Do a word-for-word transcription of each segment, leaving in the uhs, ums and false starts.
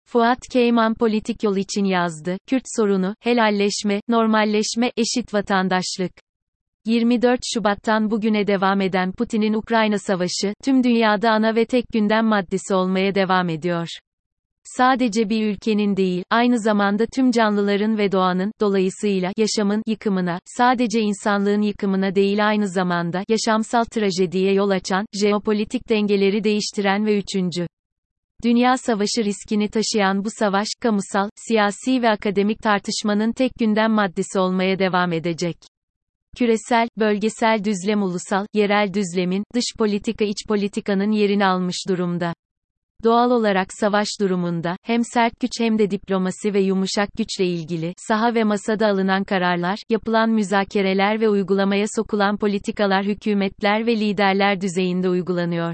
Fuat Keyman politik yol için yazdı. Kürt sorunu, helalleşme, normalleşme, eşit vatandaşlık. yirmi dört Şubat'tan bugüne devam eden Putin'in Ukrayna savaşı, tüm dünyada ana ve tek gündem maddesi olmaya devam ediyor. Sadece bir ülkenin değil, aynı zamanda tüm canlıların ve doğanın, dolayısıyla, yaşamın, yıkımına, sadece insanlığın yıkımına değil aynı zamanda, yaşamsal trajediye yol açan, jeopolitik dengeleri değiştiren ve üçüncü Dünya Savaşı riskini taşıyan bu savaş, kamusal, siyasi ve akademik tartışmanın tek gündem maddesi olmaya devam edecek. Küresel, bölgesel düzlem ulusal, yerel düzlemin, dış politika iç politikanın yerini almış durumda. Doğal olarak savaş durumunda, hem sert güç hem de diplomasi ve yumuşak güçle ilgili, saha ve masada alınan kararlar, yapılan müzakereler ve uygulamaya sokulan politikalar hükümetler ve liderler düzeyinde uygulanıyor.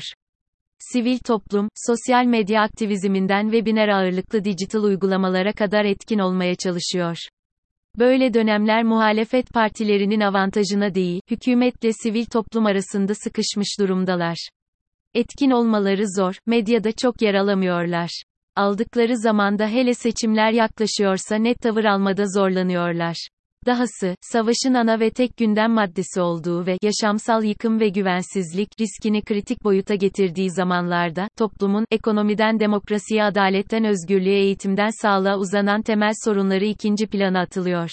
Sivil toplum, sosyal medya aktivizminden webinar ağırlıklı dijital uygulamalara kadar etkin olmaya çalışıyor. Böyle dönemler muhalefet partilerinin avantajına değil, hükümetle sivil toplum arasında sıkışmış durumdalar. Etkin olmaları zor, medyada çok yer alamıyorlar. Aldıkları zamanda hele seçimler yaklaşıyorsa net tavır almada zorlanıyorlar. Dahası, savaşın ana ve tek gündem maddesi olduğu ve yaşamsal yıkım ve güvensizlik riskini kritik boyuta getirdiği zamanlarda, toplumun, ekonomiden demokrasiye, adaletten özgürlüğe, eğitimden sağlığa uzanan temel sorunları ikinci plana atılıyor.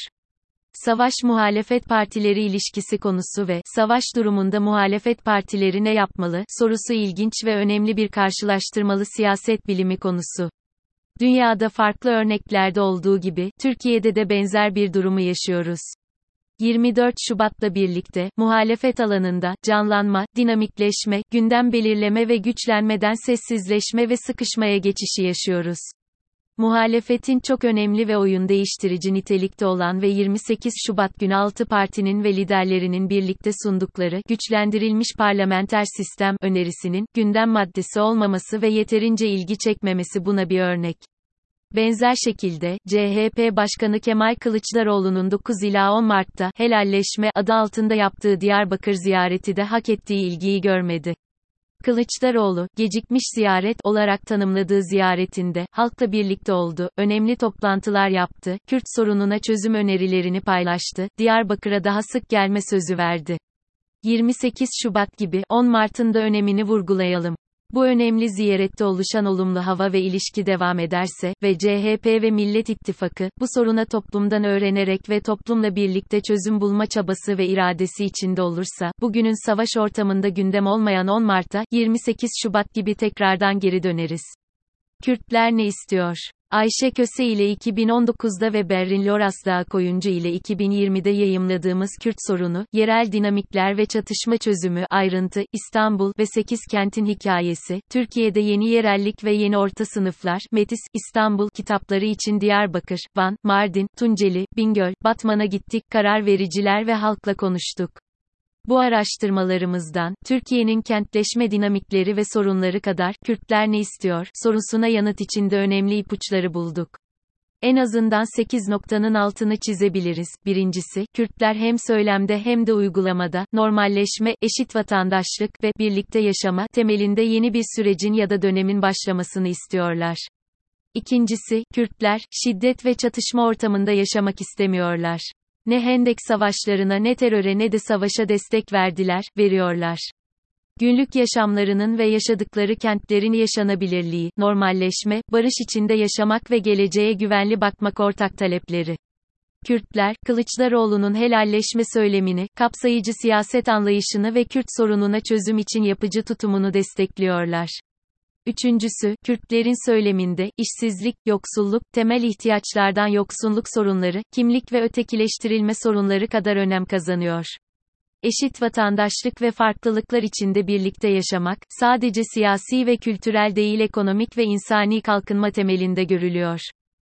Savaş muhalefet partileri ilişkisi konusu ve savaş durumunda muhalefet partileri ne yapmalı sorusu ilginç ve önemli bir karşılaştırmalı siyaset bilimi konusu. Dünyada farklı örneklerde olduğu gibi, Türkiye'de de benzer bir durumu yaşıyoruz. yirmi dört Şubat'la birlikte, muhalefet alanında, canlanma, dinamikleşme, gündem belirleme ve güçlenmeden sessizleşme ve sıkışmaya geçişi yaşıyoruz. Muhalefetin çok önemli ve oyun değiştirici nitelikte olan ve yirmi sekiz Şubat günü altı partinin ve liderlerinin birlikte sundukları, güçlendirilmiş parlamenter sistem, önerisinin, gündem maddesi olmaması ve yeterince ilgi çekmemesi buna bir örnek. Benzer şekilde, C H P Başkanı Kemal Kılıçdaroğlu'nun dokuz ila on Mart'ta, helalleşme adı altında yaptığı Diyarbakır ziyareti de hak ettiği ilgiyi görmedi. Kılıçdaroğlu, gecikmiş ziyaret olarak tanımladığı ziyaretinde, halkla birlikte oldu, önemli toplantılar yaptı, Kürt sorununa çözüm önerilerini paylaştı, Diyarbakır'a daha sık gelme sözü verdi. yirmi sekiz Şubat gibi, on Mart'ın da önemini vurgulayalım. Bu önemli ziyarette oluşan olumlu hava ve ilişki devam ederse ve C H P ve Millet İttifakı, bu soruna toplumdan öğrenerek ve toplumla birlikte çözüm bulma çabası ve iradesi içinde olursa, bugünün savaş ortamında gündem olmayan on Mart'ta, yirmi sekiz Şubat gibi tekrardan geri döneriz. Kürtler ne istiyor? Ayşe Köse ile iki bin on dokuzda ve Berrin Loras Dağkoyuncu ile iki bin yirmide yayımladığımız Kürt sorunu, yerel dinamikler ve çatışma çözümü, ayrıntı, İstanbul ve sekiz kentin hikayesi, Türkiye'de yeni yerellik ve yeni orta sınıflar, Metis, İstanbul kitapları için Diyarbakır, Van, Mardin, Tunceli, Bingöl, Batman'a gittik, karar vericiler ve halkla konuştuk. Bu araştırmalarımızdan, Türkiye'nin kentleşme dinamikleri ve sorunları kadar, Kürtler ne istiyor, sorusuna yanıt içinde önemli ipuçları bulduk. En azından sekiz noktanın altını çizebiliriz. Birincisi, Kürtler hem söylemde hem de uygulamada, normalleşme, eşit vatandaşlık ve birlikte yaşama temelinde yeni bir sürecin ya da dönemin başlamasını istiyorlar. İkincisi, Kürtler, şiddet ve çatışma ortamında yaşamak istemiyorlar. Ne Hendek savaşlarına ne teröre ne de savaşa destek verdiler, veriyorlar. Günlük yaşamlarının ve yaşadıkları kentlerin yaşanabilirliği, normalleşme, barış içinde yaşamak ve geleceğe güvenli bakmak ortak talepleri. Kürtler, Kılıçdaroğlu'nun helalleşme söylemini, kapsayıcı siyaset anlayışını ve Kürt sorununa çözüm için yapıcı tutumunu destekliyorlar. Üçüncüsü, Kürtlerin söyleminde, işsizlik, yoksulluk, temel ihtiyaçlardan yoksunluk sorunları, kimlik ve ötekileştirilme sorunları kadar önem kazanıyor. Eşit vatandaşlık ve farklılıklar içinde birlikte yaşamak, sadece siyasi ve kültürel değil ekonomik ve insani kalkınma temelinde görülüyor.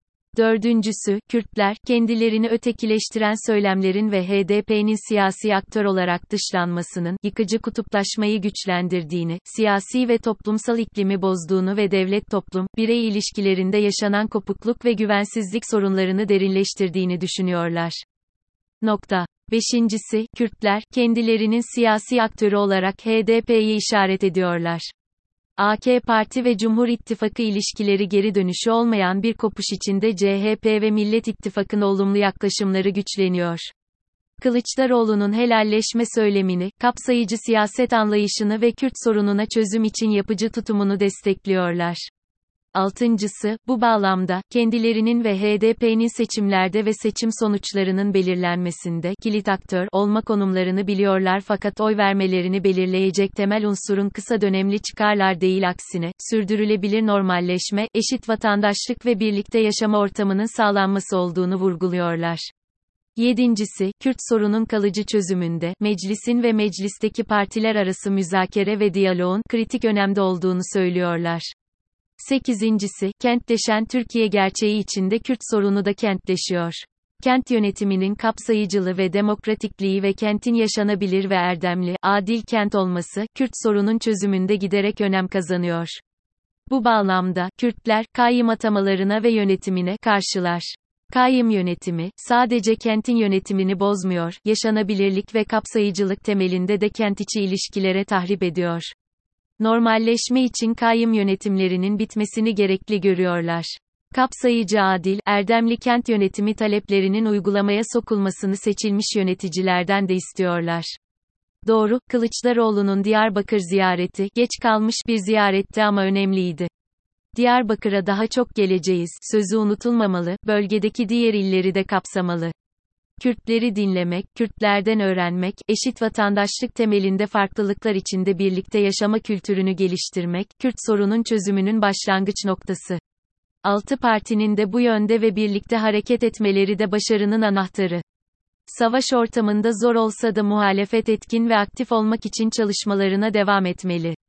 Dördüncüsü, Kürtler, kendilerini ötekileştiren söylemlerin ve H D P'nin siyasi aktör olarak dışlanmasının, yıkıcı kutuplaşmayı güçlendirdiğini, siyasi ve toplumsal iklimi bozduğunu ve devlet-toplum, birey ilişkilerinde yaşanan kopukluk ve güvensizlik sorunlarını derinleştirdiğini düşünüyorlar. Nokta. Beşincisi, Kürtler, kendilerinin siyasi aktörü olarak H D P'yi işaret ediyorlar. A K Parti ve Cumhur İttifakı ilişkileri geri dönüşü olmayan bir kopuş içinde C H P ve Millet İttifakı'nın olumlu yaklaşımları güçleniyor. Kılıçdaroğlu'nun helalleşme söylemini, kapsayıcı siyaset anlayışını ve Kürt sorununa çözüm için yapıcı tutumunu destekliyorlar. Altıncısı, bu bağlamda, kendilerinin ve H D P'nin seçimlerde ve seçim sonuçlarının belirlenmesinde kilit aktör olma konumlarını biliyorlar fakat oy vermelerini belirleyecek temel unsurun kısa dönemli çıkarlar değil aksine, sürdürülebilir normalleşme, eşit vatandaşlık ve birlikte yaşama ortamının sağlanması olduğunu vurguluyorlar. Yedincisi, Kürt sorunun kalıcı çözümünde, meclisin ve meclisteki partiler arası müzakere ve diyaloğun, kritik önemde olduğunu söylüyorlar. Sekizincisi, kentleşen Türkiye gerçeği içinde Kürt sorunu da kentleşiyor. Kent yönetiminin kapsayıcılığı ve demokratikliği ve kentin yaşanabilir ve erdemli, adil kent olması, Kürt sorunun çözümünde giderek önem kazanıyor. Bu bağlamda, Kürtler, kayyım atamalarına ve yönetimine karşılar. Kayyım yönetimi, sadece kentin yönetimini bozmuyor, yaşanabilirlik ve kapsayıcılık temelinde de kent içi ilişkilere tahrip ediyor. Normalleşme için kayyım yönetimlerinin bitmesini gerekli görüyorlar. Kapsayıcı adil, erdemli kent yönetimi taleplerinin uygulamaya sokulmasını seçilmiş yöneticilerden de istiyorlar. Doğru, Kılıçdaroğlu'nun Diyarbakır ziyareti, geç kalmış bir ziyaretti ama önemliydi. Diyarbakır'a daha çok geleceğiz, sözü unutulmamalı, bölgedeki diğer illeri de kapsamalı. Kürtleri dinlemek, Kürtlerden öğrenmek, eşit vatandaşlık temelinde farklılıklar içinde birlikte yaşama kültürünü geliştirmek, Kürt sorunun çözümünün başlangıç noktası. Altı partinin de bu yönde ve birlikte hareket etmeleri de başarının anahtarı. Savaş ortamında zor olsa da muhalefet etkin ve aktif olmak için çalışmalarına devam etmeli.